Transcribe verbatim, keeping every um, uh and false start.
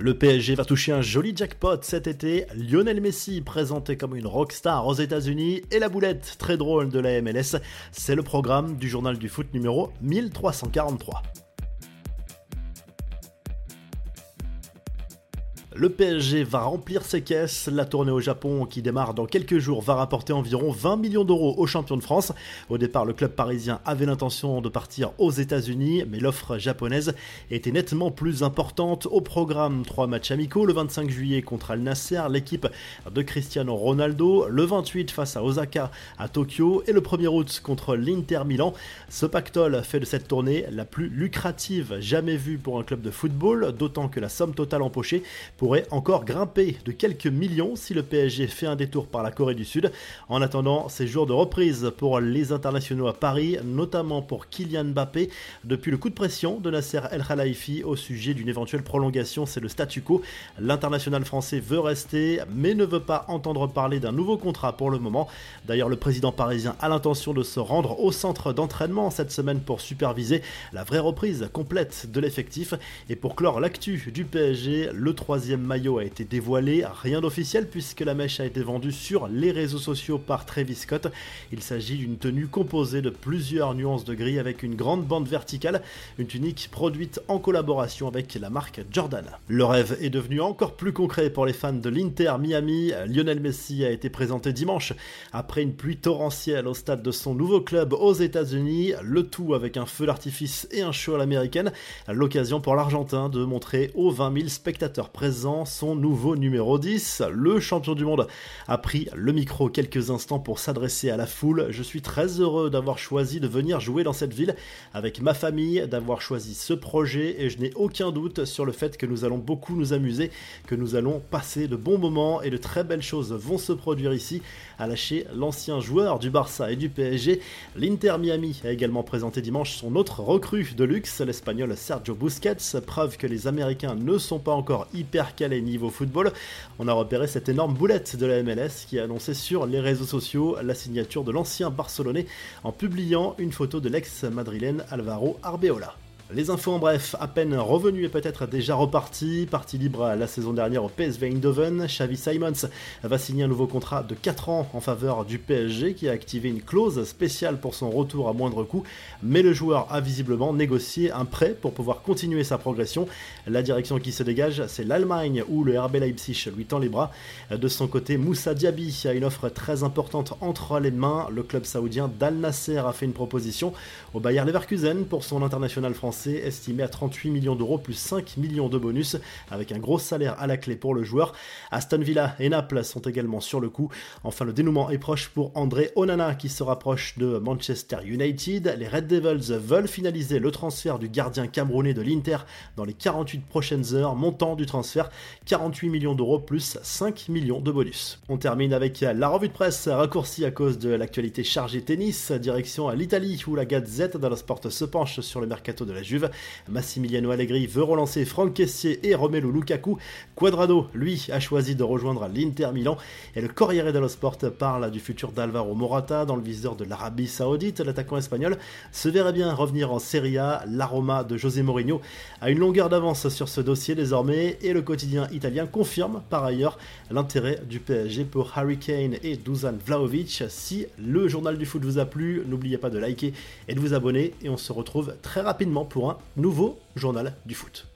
Le P S G va toucher un joli jackpot cet été, Lionel Messi présenté comme une rockstar aux États-Unis et la boulette très drôle de la M L S, c'est le programme du journal du foot numéro mille trois cent quarante-trois. Le P S G va remplir ses caisses, la tournée au Japon qui démarre dans quelques jours va rapporter environ vingt millions d'euros aux champions de France. Au départ, le club parisien avait l'intention de partir aux États-Unis, mais l'offre japonaise était nettement plus importante. Au programme, trois matchs amicaux, le vingt-cinq juillet contre Al Nasser, l'équipe de Cristiano Ronaldo, le vingt-huit face à Osaka à Tokyo et le premier août contre l'Inter Milan. Ce pactole fait de cette tournée la plus lucrative jamais vue pour un club de football, d'autant que la somme totale empochée pourrait encore grimper de quelques millions si le P S G fait un détour par la Corée du Sud. En attendant, ces jours de reprise pour les internationaux à Paris, notamment pour Kylian Mbappé. Depuis le coup de pression de Nasser El Khelaifi au sujet d'une éventuelle prolongation, c'est le statu quo. L'international français veut rester, mais ne veut pas entendre parler d'un nouveau contrat pour le moment. D'ailleurs, le président parisien a l'intention de se rendre au centre d'entraînement cette semaine pour superviser la vraie reprise complète de l'effectif. Et pour clore l'actu du P S G, le troisième maillot a été dévoilé, rien d'officiel puisque la mèche a été vendue sur les réseaux sociaux par Travis Scott. Il s'agit d'une tenue composée de plusieurs nuances de gris avec une grande bande verticale, une tunique produite en collaboration avec la marque Jordan. Le rêve est devenu encore plus concret pour les fans de l'Inter Miami. Lionel Messi a été présenté dimanche après une pluie torrentielle au stade de son nouveau club aux États-Unis, le tout avec un feu d'artifice et un show à l'américaine, l'occasion pour l'Argentin de montrer aux vingt mille spectateurs présents son nouveau numéro dix. Le champion du monde a pris le micro quelques instants pour s'adresser à la foule. Je suis très heureux d'avoir choisi de venir jouer dans cette ville avec ma famille, d'avoir choisi ce projet et je n'ai aucun doute sur le fait que nous allons beaucoup nous amuser, que nous allons passer de bons moments et de très belles choses vont se produire ici, a lâché l'ancien joueur du Barça et du P S G. L'Inter Miami a également présenté dimanche son autre recrue de luxe, l'Espagnol Sergio Busquets, preuve que les Américains ne sont pas encore hyper calé niveau football. On a repéré cette énorme boulette de la M L S qui a annoncé sur les réseaux sociaux la signature de l'ancien Barcelonais en publiant une photo de l'ex-madrilène Alvaro Arbeloa. Les infos en bref, à peine revenu et peut-être déjà reparti, parti libre la saison dernière au P S V Eindhoven, Xavi Simons va signer un nouveau contrat de quatre ans en faveur du P S G qui a activé une clause spéciale pour son retour à moindre coût, mais le joueur a visiblement négocié un prêt pour pouvoir continuer sa progression. La direction qui se dégage, c'est l'Allemagne où le R B Leipzig lui tend les bras. De son côté, Moussa Diaby a une offre très importante entre les mains. Le club saoudien d'Al Nasser a fait une proposition au Bayer Leverkusen pour son international français estimé à trente-huit millions d'euros plus cinq millions de bonus avec un gros salaire à la clé pour le joueur. Aston Villa et Naples sont également sur le coup. Enfin, le dénouement est proche pour André Onana qui se rapproche de Manchester United. Les Red Devils veulent finaliser le transfert du gardien camerounais de l'Inter dans les quarante-huit prochaines heures. Montant du transfert quarante-huit millions d'euros plus cinq millions de bonus. On termine avec la revue de presse raccourcie à cause de l'actualité chargée tennis. Direction à l'Italie où la Gazette dello Sport se penche sur le mercato de la Juve. Massimiliano Allegri veut relancer Franck Kessié et Romelu Lukaku. Cuadrado, lui, a choisi de rejoindre l'Inter Milan. Et le Corriere dello Sport parle du futur d'Alvaro Morata dans le viseur de l'Arabie Saoudite. L'attaquant espagnol se verrait bien revenir en Serie A. La Roma de José Mourinho a une longueur d'avance sur ce dossier désormais. Et le quotidien italien confirme par ailleurs l'intérêt du P S G pour Harry Kane et Dusan Vlahovic. Si le journal du foot vous a plu, n'oubliez pas de liker et de vous abonner. Et on se retrouve très rapidement pour un nouveau journal du foot.